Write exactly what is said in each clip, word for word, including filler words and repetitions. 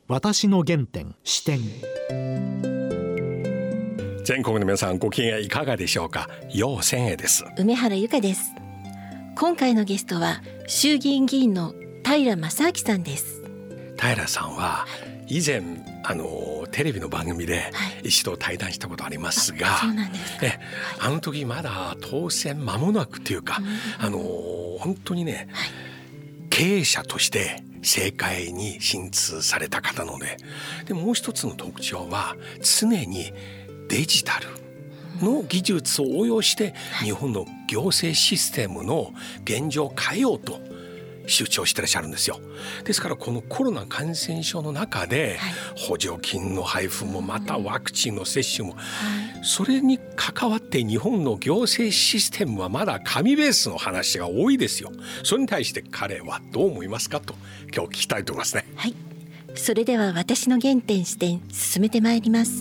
私の原点視点。 全国の皆さん、ご機嫌いかがでしょうか。陽千恵です。 梅原由香です。今回のゲストは衆議院議員の平正明さんです。 平さんは以前あのテレビの番組で一度対談したことありますが、 はい、そうなんですか。 えあの時まだ当選間もなくというか、うん、あの本当にね、はい、経営者として政界に進出された方なので、でもう一つの特徴は常にデジタルの技術を応用して日本の行政システムの現状を変えようと主張してらっしゃるんですよ。ですからこのコロナ感染症の中で補助金の配布もまたワクチンの接種も、それに関わって日本の行政システムはまだ紙ベースの話が多いですよ。それに対して彼はどう思いますかと今日聞きたいと思いますね。 はい、それでは私の原点視点進めてまいります。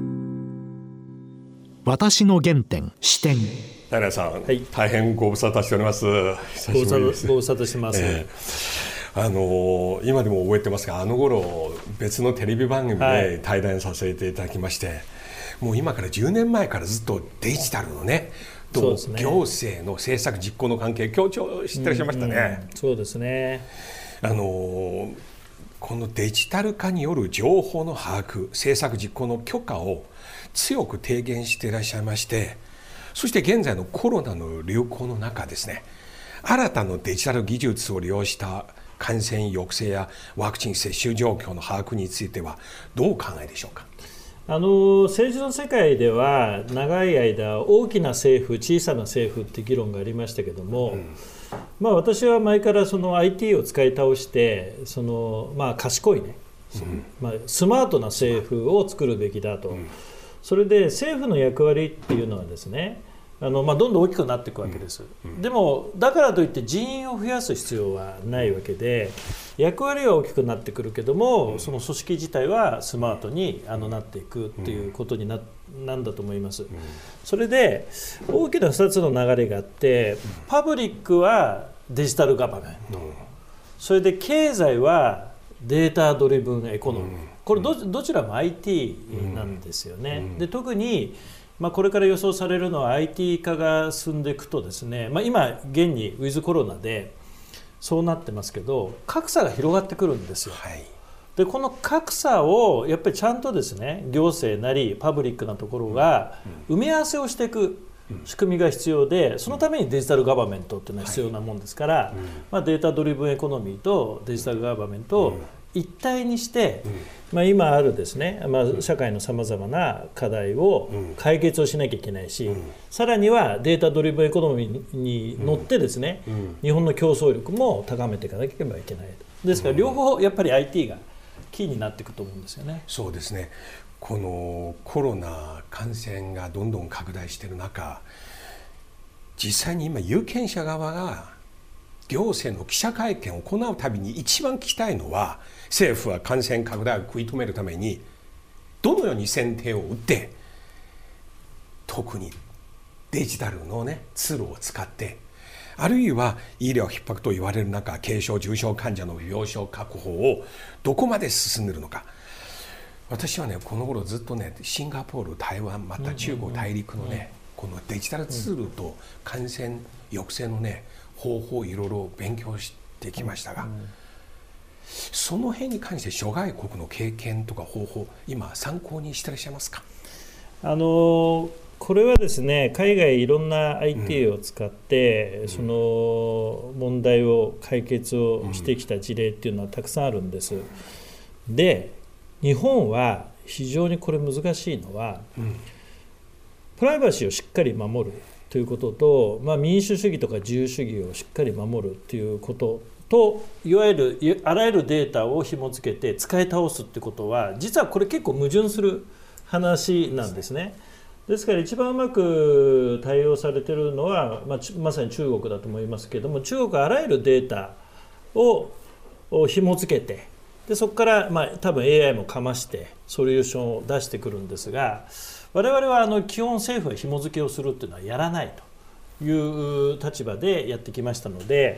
私の原点視点。 平さん、 はい、 大変ご無沙汰しております。久しぶりです。 ご無沙汰してます、 えー、あのー、今でも覚えてますが、あの頃別のテレビ番組で対談させていただきまして、はい、もう今からじゅうねんまえからずっとデジタルのねと行政の政策実行の関係強調してらっしゃいましたね。 うん、そうですね。 あのー、このデジタル化による情報の把握、政策実行の許可を強く提言していらっしゃいまして、そして現在のコロナの流行の中ですね、新たなデジタル技術を利用した感染抑制やワクチン接種状況の把握についてはどうお考えでしょうか。 あの政治の世界では長い間大きな政府小さな政府って議論がありましたけども、うん、まあ、私は前からその アイティー を使い倒してその、まあ、賢いね、うん、まあ、スマートな政府を作るべきだと、うん、それで政府の役割っていうのはですね、あの、まあ、どんどん大きくなっていくわけです、うんうん、でもだからといって人員を増やす必要はないわけで、役割は大きくなってくるけども、その組織自体はスマートにあのなっていくっていうことに な, なんだと思います。それで大きなふたつの流れがあって、パブリックはデジタルガバメント、それで経済はデータドリブンエコノミー、これ ど, どちらも アイティー なんですよね。で特にまあ、これから予想されるのは アイティー 化が進んでいくとですね、まあ、今現にウィズコロナでそうなってますけど、格差が広がってくるんですよ、はい、でこの格差をやっぱりちゃんとですね、行政なりパブリックなところが埋め合わせをしていく仕組みが必要で、そのためにデジタルガバメントっていうのは必要なもんですから、はい、まあ、データドリブンエコノミーとデジタルガバメントを一体にして、まあ、今あるですね、まあ、社会のさまざまな課題を解決をしなきゃいけないし、うん、さらにはデータドリブンエコノミーに乗ってですね、うん、日本の競争力も高めていかなければいけない。ですから両方やっぱり アイティー がキーになっていくと思うんですよね。 そうですね。このコロナ感染がどんどん拡大している中、実際に今有権者側が行政の記者会見を行うたびに一番聞きたいのは、政府は感染拡大を食い止めるためにどのように先手を打って、特にデジタルの、ね、ツールを使って、あるいは医療逼迫と言われる中、軽症重症患者の病床確保をどこまで進んでいるのか。私はね、この頃ずっとね、シンガポール、台湾、また中国大陸のね、このデジタルツールと感染抑制のね、方法をいろいろ勉強してきましたが、その辺に関して諸外国の経験とか方法、今参考にしてらっしゃいますか。 あのこれはですね、海外いろんな アイティー を使って、うん、その問題を解決をしてきた事例っていうのはたくさんあるんです。で、日本は非常にこれ難しいのは、うん、プライバシーをしっかり守るということと、まあ、民主主義とか自由主義をしっかり守るということと、いわゆるあらゆるデータを紐付けて使い倒すってことは、実はこれ結構矛盾する話なんですね。ですから一番うまく対応されているのは、まあ、まさに中国だと思いますけれども、中国はあらゆるデータを紐付けて、でそこから、まあ、多分 エーアイ もかましてソリューションを出してくるんですが、我々はあの基本政府は紐付けをするというのはやらないという立場でやってきましたので、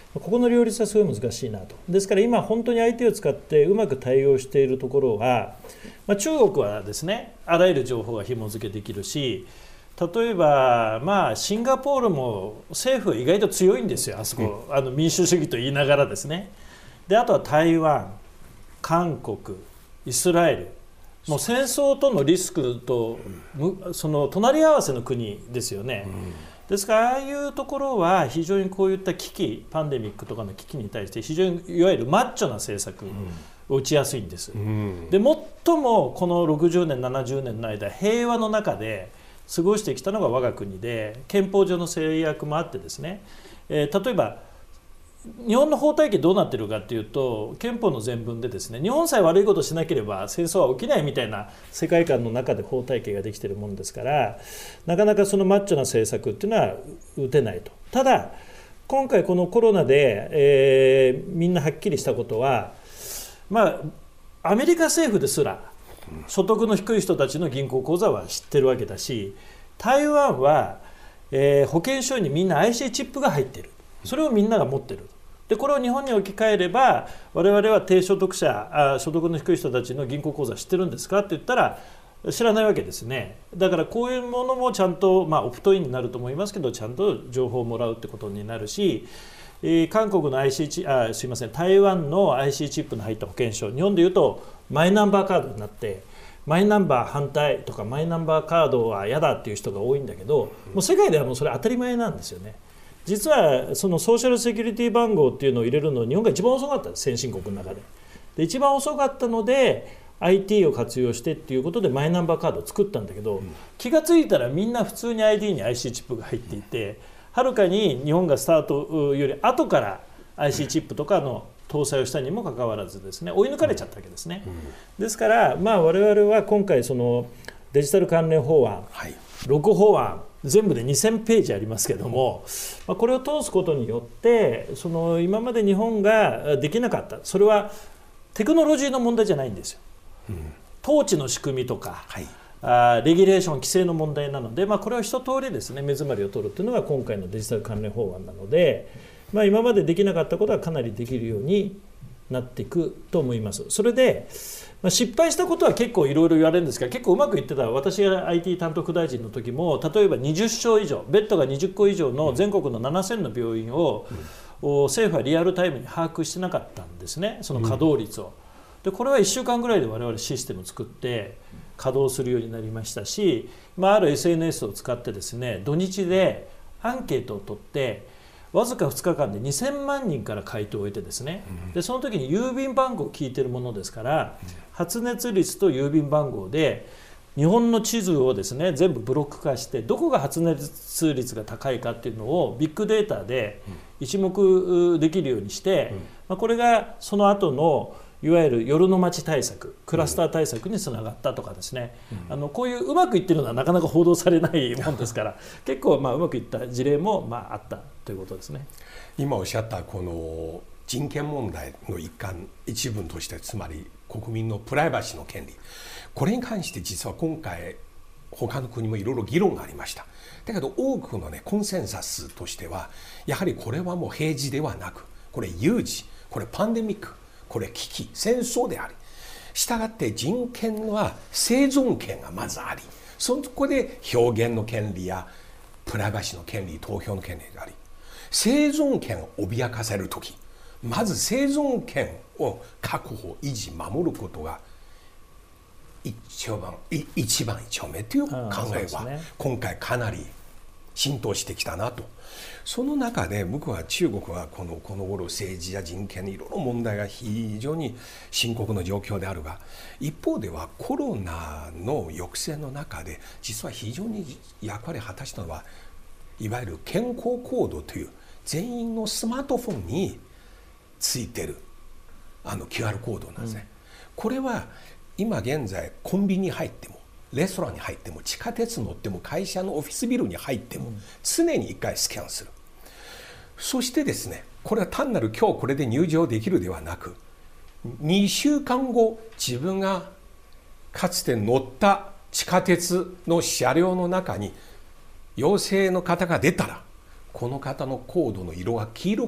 ここの両立はすごい難しいなと。ですから今本当に アイティー を使ってうまく対応しているところは、まあ、中国はですねあらゆる情報が紐付けできるし、例えば、まあ、シンガポールも政府は意外と強いんですよ、あそこ、うん、あの民主主義と言いながらですね。であとは台湾、韓国、イスラエル、もう戦争とのリスクと、うん、その隣り合わせの国ですよね、うん、ですからああいうところは非常にこういった危機、パンデミックとかの危機に対して非常にいわゆるマッチョな政策を打ちやすいんです、うん、で最もこのろくじゅうねんななじゅうねんの間平和の中で過ごしてきたのが我が国で、憲法上の制約もあってですね、えー、例えば日本の法体系どうなっているかというと、憲法の前文でですね、日本さえ悪いことをしなければ戦争は起きないみたいな世界観の中で法体系ができているものですから、なかなかそのマッチョな政策っていうのは打てないと。ただ今回このコロナで、えー、みんなはっきりしたことは、まあアメリカ政府ですら所得の低い人たちの銀行口座は知ってるわけだし、台湾は、えー、保険証にみんな アイシー チップが入っている。それをみんなが持っている。でこれを日本に置き換えれば、我々は低所得者、あ所得の低い人たちの銀行口座知ってるんですかって言ったら知らないわけですね。だからこういうものもちゃんと、まあ、オプトインになると思いますけど、ちゃんと情報をもらうってことになるし、えー、韓国の アイシー チあすいません台湾の アイシー チップの入った保険証、日本でいうとマイナンバーカードになって、マイナンバー反対とかマイナンバーカードは嫌だっていう人が多いんだけど、もう世界ではもうそれ当たり前なんですよね。実はそのソーシャルセキュリティ番号っていうのを入れるの日本が一番遅かったです、先進国の中で。で一番遅かったので アイティー を活用してっていうことでマイナンバーカードを作ったんだけど、うん、気がついたらみんな普通に アイディー に アイシー チップが入っていて、はるかに日本がスタートより後から アイシー チップとかの搭載をしたにもかかわらずですね、追い抜かれちゃったわけですね、うん、ですから、まあ、我々は今回そのデジタル関連法案、はい、ろく法案全部でにせんページありますけども、まあ、これを通すことによってその今まで日本ができなかった、それはテクノロジーの問題じゃないんですよ、うん、統治の仕組みとか、はい、あレギュレーション規制の問題なので、まあ、これを一通りですね目詰まりを取るというのが今回のデジタル関連法案なので、まあ、今までできなかったことはかなりできるようになっていくと思います。それで、まあ、失敗したことは結構いろいろ言われるんですが、結構うまくいってた。私が アイティー 担当副大臣の時も、例えばにじゅっしょう以上、ベッドがにじゅっこ以上の全国のななせんの病院を、うん、政府はリアルタイムに把握してなかったんですね、その稼働率を。でこれはいっしゅうかんぐらいで我々システムを作って稼働するようになりましたし、まあ、ある エスエヌエス を使ってですね、土日でアンケートを取ってわずかふつかかんでにせんまんにんから回答を得てですね、でその時に郵便番号を聞いているものですから、発熱率と郵便番号で日本の地図をですね全部ブロック化して、どこが発熱率が高いかっていうのをビッグデータで一目できるようにして、まあ、これがその後のいわゆる夜の街対策、クラスター対策につながったとかですね、うん、あのこういううまくいってるのはなかなか報道されないもんですから結構まあうまくいった事例もまああったということですね。 今おっしゃったこの人権問題の一環一部として、つまり国民のプライバシーの権利、これに関して実は今回他の国もいろいろ議論がありました。だけど多くのねコンセンサスとしては、やはりこれはもう平時ではなく、これ有事、これパンデミック、これ危機、戦争であり、したがって人権は生存権がまずあり、そこで表現の権利やプライバシーの権利、投票の権利があり、生存権を脅かされるとき、まず生存権を確保、維持、守ることが一番一番一丁目という考えは今回かなり浸透してきたなと。その中で僕は中国はこのこの頃政治や人権にいろいろ問題が非常に深刻な状況であるが、一方ではコロナの抑制の中で実は非常に役割を果たしたのは、いわゆる健康コードという全員のスマートフォンについてるあの キューアール コードなんですね、うん、これは今現在コンビニに入ってもレストランに入っても地下鉄乗っても会社のオフィスビルに入っても常にいっかいスキャンする。そしてですね、これは単なる今日これで入場できるではなく、にしゅうかんご自分がかつて乗った地下鉄の車両の中に陽性の方が出たら、この方のコードの色が黄色くなる。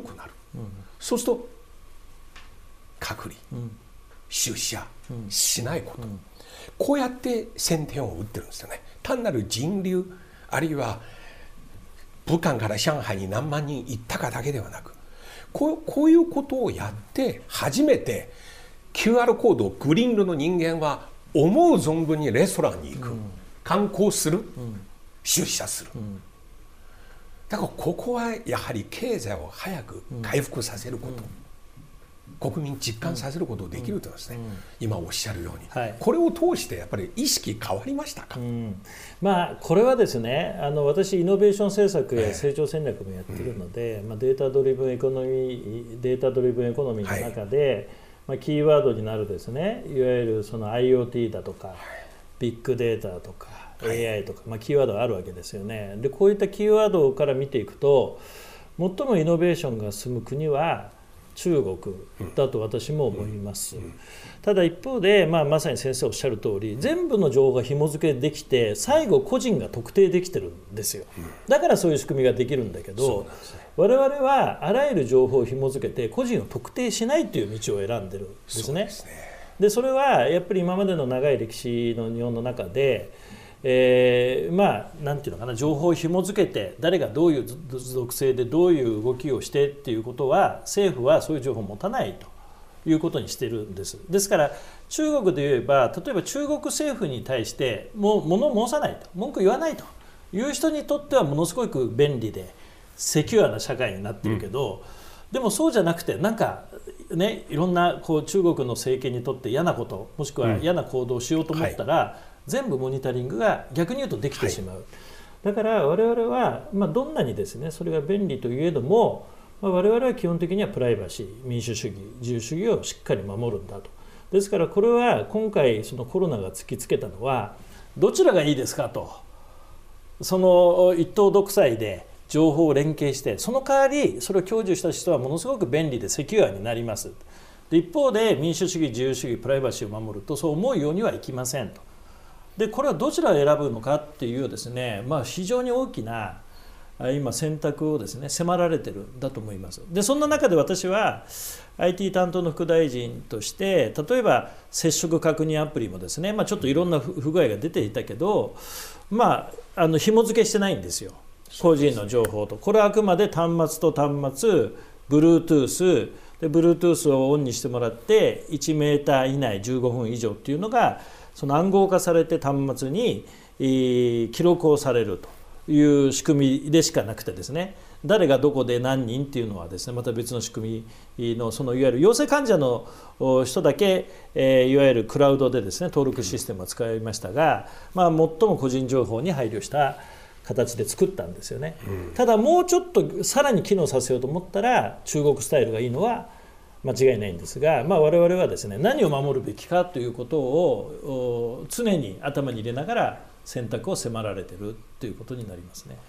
そうすると隔離、 うん、 出社うんしないこと、 うん、 こうやって先手を打ってるんですよね。単なる人流あるいは武漢から上海に何万人行ったかだけではなく、こう、こういうことをやって初めて キューアール コードグリーンルの人間は思う存分にレストランに行く、うん、観光する、うん、出社する、うん、だからここはやはり経済を早く回復させること、うん、国民実感させることができるというですね、うん、今おっしゃるように、はい、これを通してやっぱり意識変わりましたか。 うん、まあこれはですね、あの私イノベーション政策や成長戦略もやっているので、えーうんまあ、データドリブンエコノミーデータドリブンエコノミーの中で、はいまあ、キーワードになるですね、いわゆるその IoT だとか、はい、ビッグデータとか、はい、エーアイ とか、まあ、キーワードがあるわけですよね。でこういったキーワードから見ていくと、最もイノベーションが進む国は中国だと私も思います。ただ一方で、まあ、まさに先生おっしゃる通り、全部の情報が紐付けできて最後個人が特定できてるんですよ。だからそういう仕組みができるんだけど、我々はあらゆる情報を紐付けて個人を特定しないという道を選んでるんですね。でそれはやっぱり今までの長い歴史の日本の中で、えー、まあなんていうのかな、情報を紐付けて誰がどういう属性でどういう動きをしてっていうことは政府はそういう情報を持たないということにしてるんです。ですから中国で言えば、例えば中国政府に対してもう物申さないと、文句言わないという人にとってはものすごく便利でセキュアな社会になってるけど、うん、でもそうじゃなくてなんかね、いろんなこう中国の政権にとって嫌なこともしくは嫌な行動をしようと思ったら、うんはい、全部モニタリングが逆に言うとできてしまう、はい、だから我々は、まあ、どんなにですねそれが便利といえども、まあ、我々は基本的にはプライバシー、民主主義、自由主義をしっかり守るんだと。ですからこれは今回そのコロナが突きつけたのは、どちらがいいですかと、その一党独裁で情報を連携して、その代わりそれを享受した人はものすごく便利でセキュアになります。で一方で民主主義、自由主義、プライバシーを守るとそう思うようにはいきませんと。でこれはどちらを選ぶのかっていうですね、まあ、非常に大きな今選択をですね迫られてるんだと思います。でそんな中で私は アイティー 担当の副大臣として、例えば接触確認アプリもですね、まあ、ちょっといろんな不具合が出ていたけど、まあ、あの紐付けしてないんですよ、個人の情報と。これはあくまで端末と端末 Bluetooth で Bluetooth をオンにしてもらっていちメーター以内じゅうごふん以上っていうのがその暗号化されて端末に記録をされるという仕組みでしかなくてですね、誰がどこで何人っていうのはですねまた別の仕組みの、そのいわゆる陽性患者の人だけ、えー、いわゆるクラウドでですね登録システムを使いましたが、まあ、最も個人情報に配慮した形で作ったんですよね、うん、ただもうちょっとさらに機能させようと思ったら中国スタイルがいいのは間違いないんですが、まあ、我々はですね何を守るべきかということを常に頭に入れながら選択を迫られているということになりますね、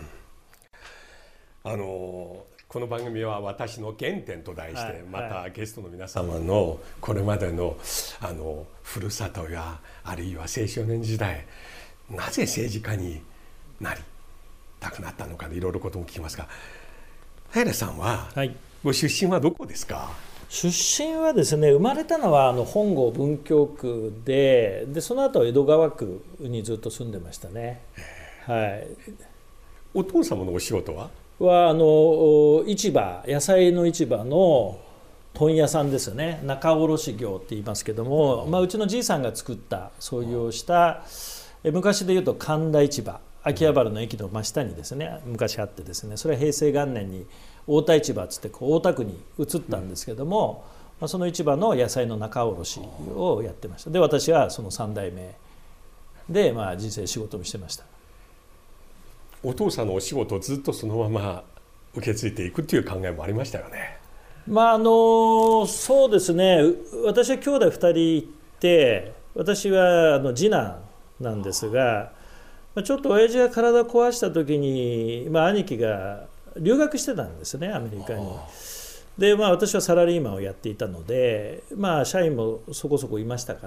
うん、あのこの番組は私の原点と題して、はい、またゲストの皆様のこれまでのあのふるさとやあるいは青少年時代なぜ政治家になりたくなったのかいろいろことも聞きますが、平さんは、はい、ご出身はどこですか？ 出身はですね、生まれたのはあの本郷文京区 で, でその後は江戸川区にずっと住んでましたね、はい、 お父様のお仕事ははあの市場、野菜の市場の問屋さんですよね、仲卸業って言いますけども、まあ、うちのじいさんが作った創業したえ昔でいうと神田市場、秋葉原の駅の真下にですね昔あってですね、それは平成元年に大田市場っつってこう大田区に移ったんですけども、まあ、その市場の野菜の仲卸をやってました。で私はそのさん代目で、まあ、人生仕事をしてました。 お父さんのお仕事をずっとそのまま受け継いでいくっていう考えもありましたよね。 まああのそうですね、私は兄弟ふたりいて、私はあの次男なんですが、ちょっと親父が体壊した時に、まあ、兄貴が留学してたんですね、アメリカに。で、まあ、私はサラリーマンをやっていたので、まあ、社員もそこそこいましたから、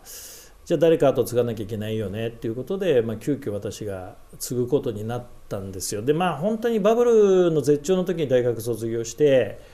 じゃあ誰か後継がなきゃいけないよねっていうことで、まあ、急遽私が継ぐことになったんですよ。で、まあ、本当にバブルの絶頂の時に大学卒業して、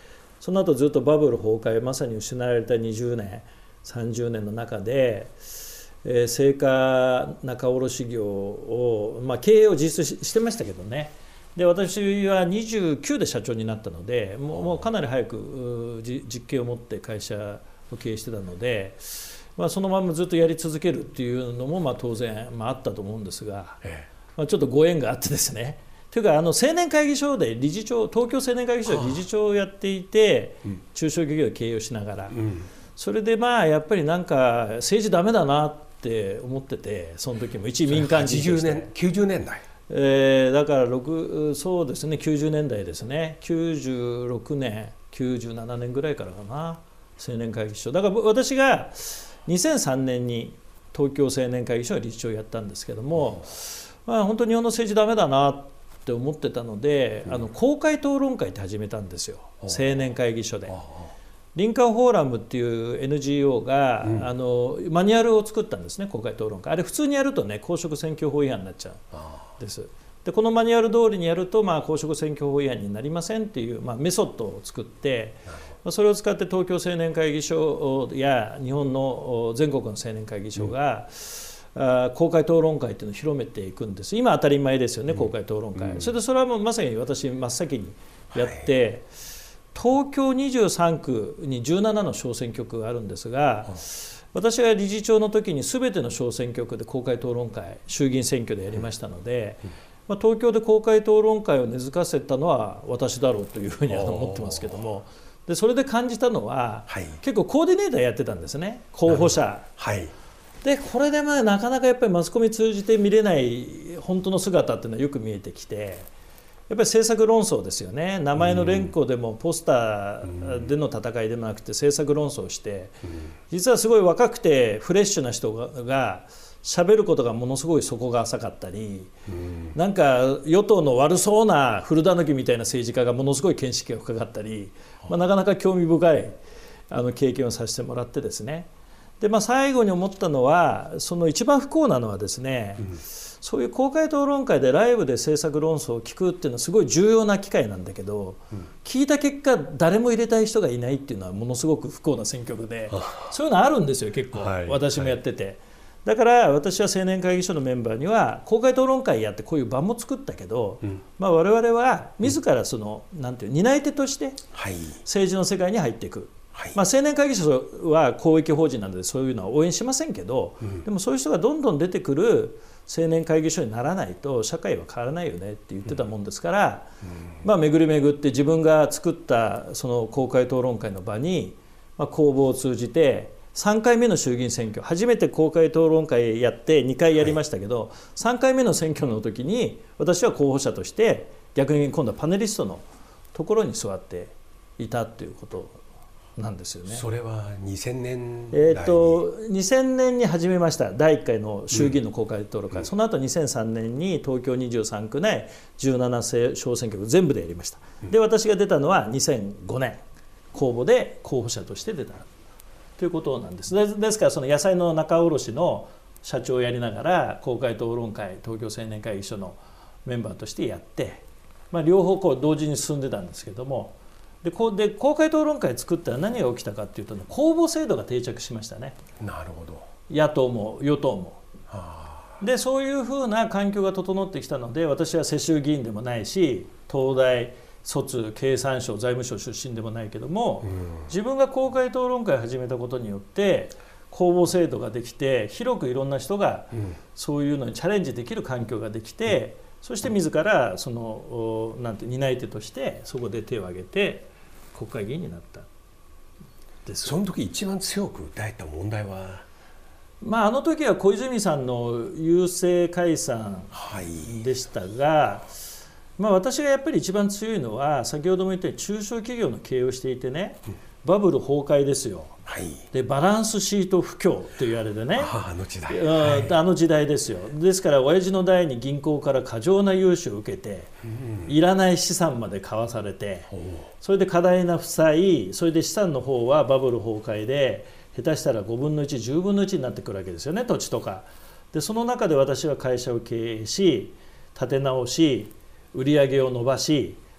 その後ずっとバブル崩壊、まさに失われたにじゅうねんさんじゅうねんの中で、えー、青果仲卸業を、まあ、経営を実質 し, してましたけどね。で私はにじゅうきゅうで社長になったので、も う, もうかなり早く実権を持って会社を経営してたので、まあ、そのままずっとやり続けるっていうのもまあ当然、まあ、あったと思うんですが、ええ、まあ、ちょっとご縁があってですね。というかあの青年会議所で理事長、東京青年会議所で理事長をやっていて、うん、中小企業で経営をしながら、うん、それでまあやっぱりなんか政治ダメだなって思ってて、その時も一民間人として。はちじゅうねんきゅうじゅうねんだい、 えー、だから6そうですね、きゅうじゅうねんだいですね。きゅうじゅうろくねんきゅうじゅうななねんぐらいからかな、青年会議所だから。私がにせんさんねんに東京青年会議所の理事長をやったんですけども、まあ、本当に日本の政治ダメだなって思ってたので、うん、あの公開討論会って始めたんですよ、青年会議所で。リンカーンフォーラムっていう エヌジーオー が、うん、あのマニュアルを作ったんですね、公開討論会。あれ普通にやるとね、公職選挙法違反になっちゃうんです。でこのマニュアル通りにやると、まあ、公職選挙法違反になりませんっていう、まあ、メソッドを作って、それを使って東京青年会議所や日本の全国の青年会議所が、うん、公開討論会っていうのを広めていくんです。今当たり前ですよね、公開討論会、うん、それでそれはもうまさに私真っ先にやって、はい、東京にじゅうさんくにじゅうななの小選挙区があるんですが、私が理事長の時に全ての小選挙区で公開討論会、衆議院選挙でやりましたので、まあ、東京で公開討論会を根付かせたのは私だろうというふうには思ってますけども、でそれで感じたのは、はい、結構コーディネーターやってたんですね、候補者、はい、でこれでまあなかなかやっぱりマスコミ通じて見れない本当の姿っていうのはよく見えてきて、やっぱり政策論争ですよね。名前の連呼でもポスターでの戦いでもなくて政策論争をして、実はすごい若くてフレッシュな人が喋ることがものすごい底が浅かったり、なんか与党の悪そうな古田きみたいな政治家がものすごい見識が深かったり、まあ、なかなか興味深いあの経験をさせてもらってですね。で、まあ、最後に思ったのは、その一番不幸なのはですね、うん、そういう公開討論会でライブで政策論争を聞くっていうのはすごい重要な機会なんだけど、うん、聞いた結果誰も入れたい人がいないっていうのはものすごく不幸な選挙区で、そういうのあるんですよ結構、はい、私もやってて、はい、だから私は青年会議所のメンバーには公開討論会やってこういう場も作ったけど、うん、まあ、我々は自らその、うん、なんていう担い手として政治の世界に入っていく、はい、まあ、青年会議所は公益法人なのでそういうのは応援しませんけど、うん、でもそういう人がどんどん出てくる青年会議所にならないと社会は変わらないよねって言ってたもんですから、うんうん、まあ、巡り巡って自分が作ったその公開討論会の場に、まあ、公募を通じてさんかいめの衆議院選挙、初めて公開討論会やってにかいやりましたけど、はい、さんかいめの選挙の時に私は候補者として逆に今度はパネリストのところに座っていたということなんですよね。 それはにせんねんえーとにせんねんに始めました、だいいっかいの衆議院の公開討論会、うん、その後にせんさんねんに東京にじゅうさんく内じゅうなな小選挙区全部でやりました、うん、で私が出たのはにせんごねん公募で候補者として出たということなんです。で、ですからその野菜の仲卸の社長をやりながら公開討論会、東京青年会議所のメンバーとしてやって、まあ、両方こう同時に進んでたんですけども、でこうで公開討論会作ったら何が起きたかっていうと、公募制度が定着しましたね。 なるほど。 野党も与党も。はあ、でそういうふうな環境が整ってきたので、私は世襲議員でもないし東大卒経産省財務省出身でもないけども、うん、自分が公開討論会を始めたことによって公募制度ができて、広くいろんな人がそういうのにチャレンジできる環境ができて、うん、そして自らそのなんて担い手としてそこで手を挙げて国会議員になったです。 その時一番強く訴えた問題は、 まあ、あの時は小泉さんの郵政解散でしたが、はい、まあ、私がやっぱり一番強いのは先ほども言ったように中小企業の経営をしていてね、うん、バブル崩壊ですよ、はい、でバランスシート不況と言われてね、 あ, あの時代、 はい、あの時代ですよ。ですから親父の代に銀行から過剰な融資を受けて、うん、いらない資産まで買わされて、それで過大な負債、それで資産の方はバブル崩壊で下手したらごぶんのいち、じゅうぶんのいちになってくるわけですよね、土地とかで。その中で私は会社を経営し、立て直し、売り上げを伸ばし、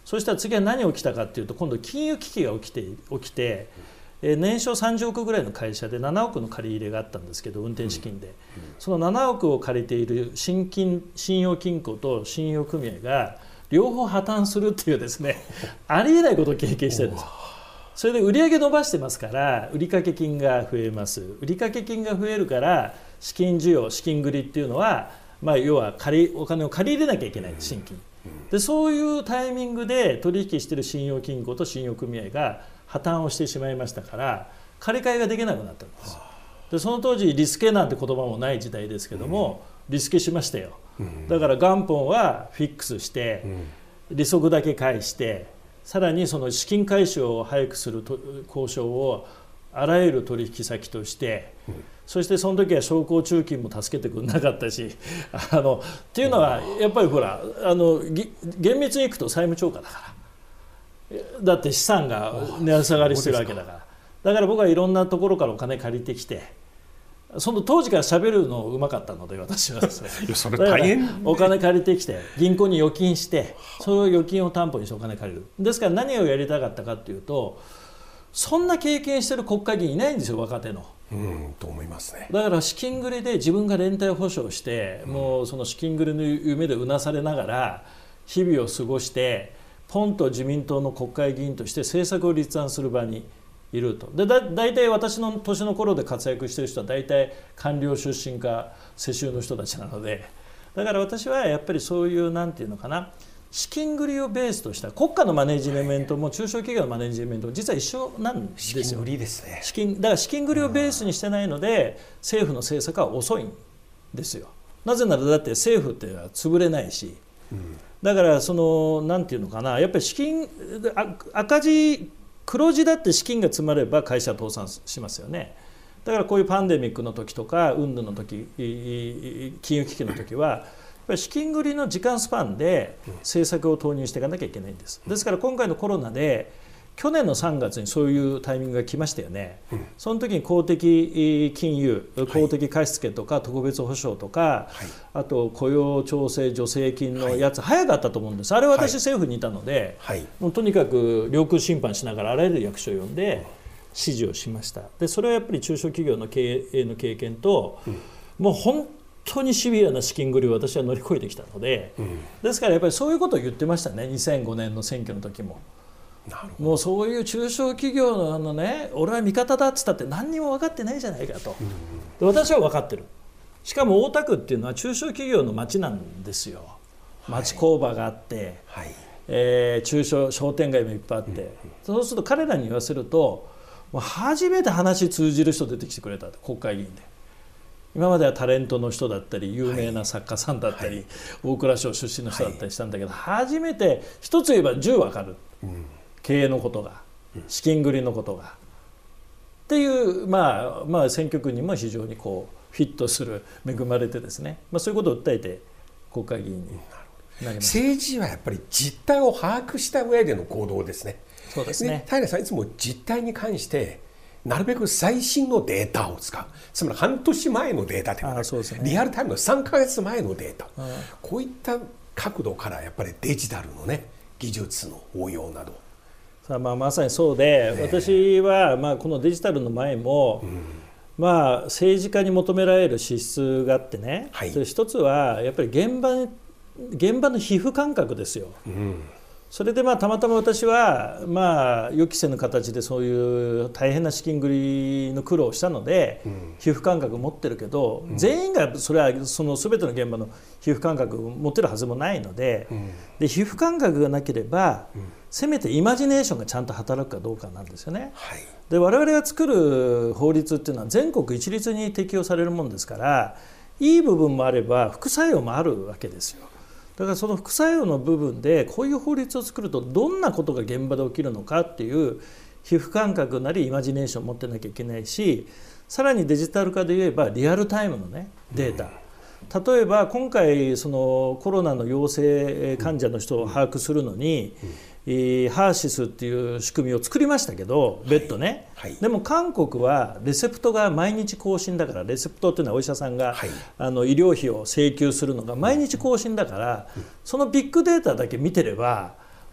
そしたら次は何起きたかっていうと、今度金融危機が起きて起きて、えー、年商さんじゅうおくぐらいの会社でななおくの借り入れがあったんですけど、運転資金で、うんうん、そのななおくを借りている信金信用金庫と信用組合が両方破綻するっていうですねありえないことを経験してるんです。それで売上伸ばしてますから、売掛金が増えます。売掛金が増えるから資金需要、資金繰りっていうのは、まあ、要は借りお金を借り入れなきゃいけない、新規に。でそういうタイミングで取引している信用金庫と信用組合が破綻をしてしまいましたから、借り換えができなくなったんです。でその当時リスケなんて言葉もない時代ですけども、リスケしましたよ。だから元本はフィックスして利息だけ返して、さらにその資金回収を早くする交渉をあらゆる取引先として、うん、そしてその時は商工中金も助けてくれなかったしあのっていうのはやっぱりほらあの厳密にいくと債務超過だからだって資産が値下がりしてるわけだから、だから僕はいろんなところからお金借りてきて、その当時から喋るのうまかったので私はですねそれ大変、ね、 お金借りてきて銀行に預金して、その預金を担保にしてお金借りる。ですから何をやりたかったかというと、そんな経験してる国会議員いないんですよ、若手の。 うんと思いますね。 だから資金繰りで自分が連帯保証して、うん、もうその資金繰りの夢でうなされながら日々を過ごして、ポンと自民党の国会議員として政策を立案する場にいると。でだ大体私の年の頃で活躍している人は大体官僚出身か世襲の人たちなので、だから私はやっぱりそういうなんていうのかな、資金繰りをベースとした国家のマネジメントも中小企業のマネジメントも実は一緒なんですよ。 資金繰りですね。 資金だから資金繰りをベースにしてないので、政府の政策は遅いんですよ。なぜならだって政府って潰れないし、うん、だからそのなんていうのかな、やっぱり資金赤字黒字だって資金が詰まれば会社は倒産しますよね。だからこういうパンデミックの時とか云々の時、金融危機の時はやっぱり資金繰りの時間スパンで政策を投入していかなきゃいけないんです。ですから今回のコロナで去年のさんがつにそういうタイミングが来ましたよね。その時に公的金融、公的貸付とか特別保証とか、はい、あと雇用調整助成金のやつ、はい、早かったと思うんです。あれは私政府にいたので、はい、もうとにかく領空侵犯しながらあらゆる役所を呼んで指示をしました。でそれはやっぱり中小企業の経営の経験と、うん、もう本当にシビアな資金繰りを私は乗り越えてきたので、うん、ですからやっぱりそういうことを言ってましたね。にせんごねんの選挙の時も。なるほど。もうそういう中小企業 の, あの、ね、俺は味方だって言ったって何にも分かってないじゃないかと、うん、で私は分かってる。しかも大田区っていうのは中小企業の町なんですよ。町工場があって、はいえー、中小商店街もいっぱいあって、うん、そうすると彼らに言わせるともう初めて話通じる人出てきてくれた、国会議員で。今まではタレントの人だったり有名な作家さんだったり、はい、大蔵省出身の人だったりしたんだけど、はい、初めて一つ言えばじゅう分かる、うん、経営のことが、資金繰りのことがっていう、まあ、まあ選挙区にも非常にこうフィットする恵まれてですね、まあ、そういうことを訴えて国会議員になりました。 政治はやっぱり実態を把握した上での行動ですね。 そうですね。 平さんいつも実態に関してなるべく最新のデータを使う。つまり半年前のデータではなく、ね、リアルタイムのさんかげつまえのデータ、こういった角度からやっぱりデジタルのね技術の応用などさあ、まあ、まさにそうで、ね、私はまあこのデジタルの前も、うんまあ、政治家に求められる資質があってね、はい、それ一つはやっぱり現場、現場の皮膚感覚ですよ、うん、それでまあたまたま私はまあ予期せぬ形でそういう大変な資金繰りの苦労をしたので、うん、皮膚感覚を持ってるけど、うん、全員がそれはその全ての現場の皮膚感覚を持ってるはずもないので、うん、で皮膚感覚がなければ、うん、せめてイマジネーションがちゃんと働くかどうかなんですよね、はい、で我々が作る法律っていうのは全国一律に適用されるものですから、いい部分もあれば副作用もあるわけですよ。だからその副作用の部分でこういう法律を作るとどんなことが現場で起きるのかっていう皮膚感覚なりイマジネーションを持ってなきゃいけないし、さらにデジタル化で言えばリアルタイムの、ね、データ、例えば今回そのコロナの陽性患者の人を把握するのに、ハーシスっていう仕組みを作りましたけど、別途ね、はいはい、でも韓国はレセプトが毎日更新だから、レセプトっていうのはお医者さんが、はい、あの医療費を請求するのが毎日更新だから、うん、そのビッグデータだけ見てれば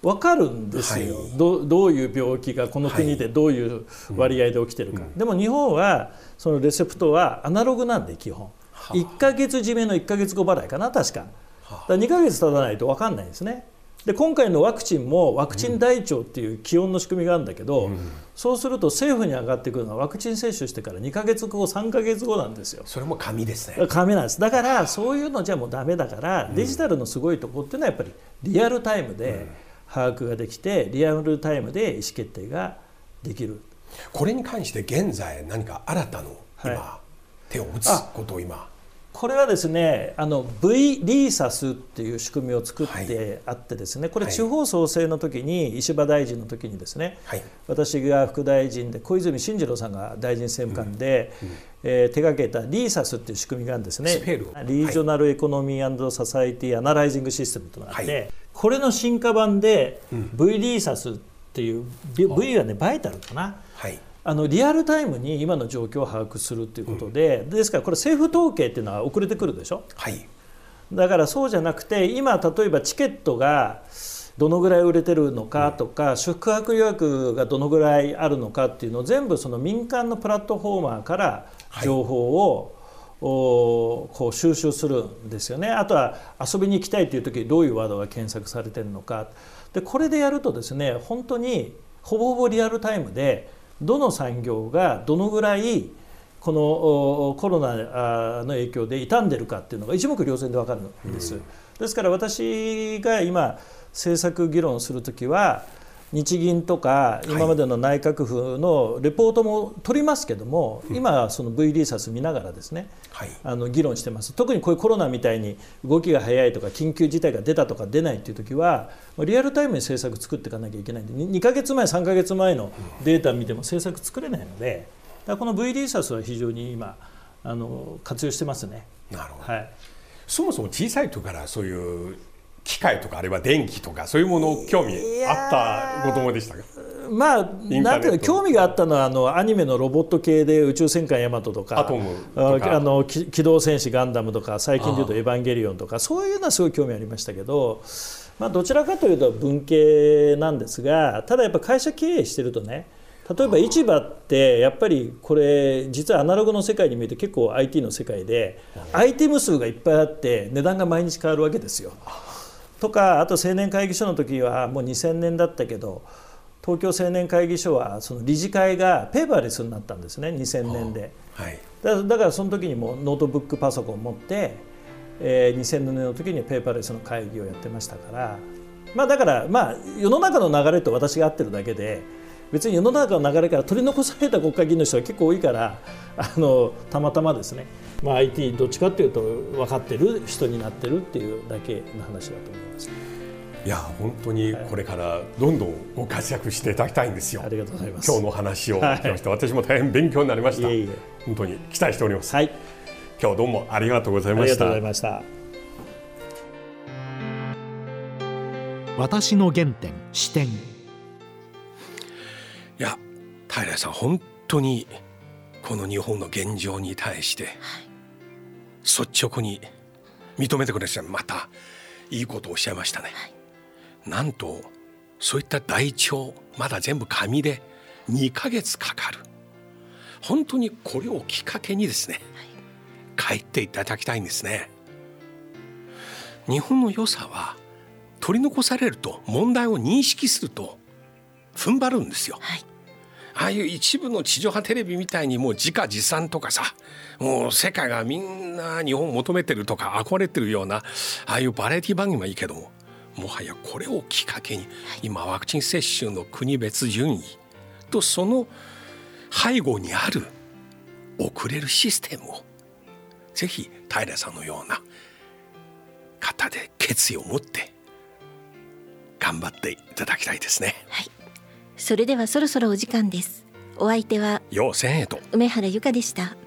分かるんですよ、 はい、 ど, どういう病気がこの国でどういう割合で起きてるか、はいうん、でも日本はそのレセプトはアナログなんで基本、はあ、いっかげつ締めのいっかげつご払いかな確か、はあ、だからにかげつ経たないと分かんないんですね。で今回のワクチンもワクチン台帳っていう基本の仕組みがあるんだけど、うん、そうすると政府に上がってくるのはワクチン接種してからにかげつごさんかげつごなんですよ。 それも紙ですね。 紙なんです。だからそういうのじゃもうダメだから、うん、デジタルのすごいところっていうのはやっぱりリアルタイムで把握ができて、リアルタイムで意思決定ができる。 これに関して現在何か新たな今、はい、手を打つことを今これはですねあの V リーサスっていう仕組みを作ってあってですね、これ地方創生の時に石破大臣の時にですね、はい、私が副大臣で小泉進次郎さんが大臣政務官で、うんうんえー、手掛けたリーサスっていう仕組みがあるんですね。リージョナルエコノミー&ソサイティアナライジングシステムというのがあって、はい、これの進化版で V リーサスっていう、うん、V はねバイタルかな、はいあのリアルタイムに今の状況を把握するということで、うん、ですからこれ政府統計っていうのは遅れてくるでしょ、はい、だからそうじゃなくて今例えばチケットがどのぐらい売れてるのかとか、うん、宿泊予約がどのぐらいあるのかっていうのを全部その民間のプラットフォーマーから情報を、はい、おこう収集するんですよね。あとは遊びに行きたいという時にどういうワードが検索されてるのかで、これでやるとですね本当にほぼほぼリアルタイムでどの産業がどのぐらいこのコロナの影響で傷んでるかっていうのが一目瞭然で分かるんです、うん、ですから私が今政策議論するときは日銀とか今までの内閣府のレポートも取りますけども、はい、今その V リーサス見ながらですね、はい、あの議論してます。特にこういうコロナみたいに動きが早いとか緊急事態が出たとか出ないというときはリアルタイムに政策作っていかなきゃいけないんでにかげつまえさんかげつまえのデータ見ても政策作れないので、だからこの V リーサスは非常に今あの活用してますね。 なるほど、 はい、 そもそも小さい時からそういう機械とかあれば電気とかそういうもの興味あった子供でしたか？ まあ、なんていうの興味があったのはあのアニメのロボット系で宇宙戦艦ヤマトとかアトムとかあの機動戦士ガンダムとか最近でいうとエヴァンゲリオンとかそういうのはすごい興味ありましたけど、まあ、どちらかというと文系なんですが、ただやっぱ会社経営してるとね、例えば市場ってやっぱりこれ実はアナログの世界に見えて結構 アイティー の世界でアイテム数がいっぱいあって値段が毎日変わるわけですよ。とかあと青年会議所の時はもうにせんねんだったけど東京青年会議所はその理事会がペーパーレスになったんですねにせんねんで、はい、だ, だからその時にもうノートブックパソコンを持って、えー、にせんねんの時にペーパーレスの会議をやってましたから、まあ、だからまあ世の中の流れと私が合ってるだけで別に世の中の流れから取り残された国会議員の人が結構多いからあのたまたまですね、まあ、アイティー どっちかっていうと分かってる人になってるっていうだけの話だと思います。 いや本当にこれからどんどんご活躍していただきたいんですよ。 ありがとうございます。 今日の話を聞きました、はい、私も大変勉強になりました。いえいえ本当に期待しております、はい、今日どうもありがとうございました。 ありがとうございました。 私の原点視点。 いや平さん本当にこの日本の現状に対して率直に認めてくれてまたいいことをおっしゃいましたね、はい、なんとそういった台帳まだ全部紙でにかげつかかる。本当にこれをきっかけにですね、はい、帰っていただきたいんですね。日本の良さは取り残されると問題を認識すると踏ん張るんですよ、はい、ああいう一部の地上波テレビみたいにもう自画自賛とかさ、もう世界がみんな日本を求めてるとか憧れてるようなああいうバラエティ番組はいいけども、もはやこれをきっかけに今ワクチン接種の国別順位とその背後にある遅れるシステムをぜひ平さんのような方で決意を持って頑張っていただきたいですね。 はい、それではそろそろお時間です。お相手は陽千恵と梅原由香でした。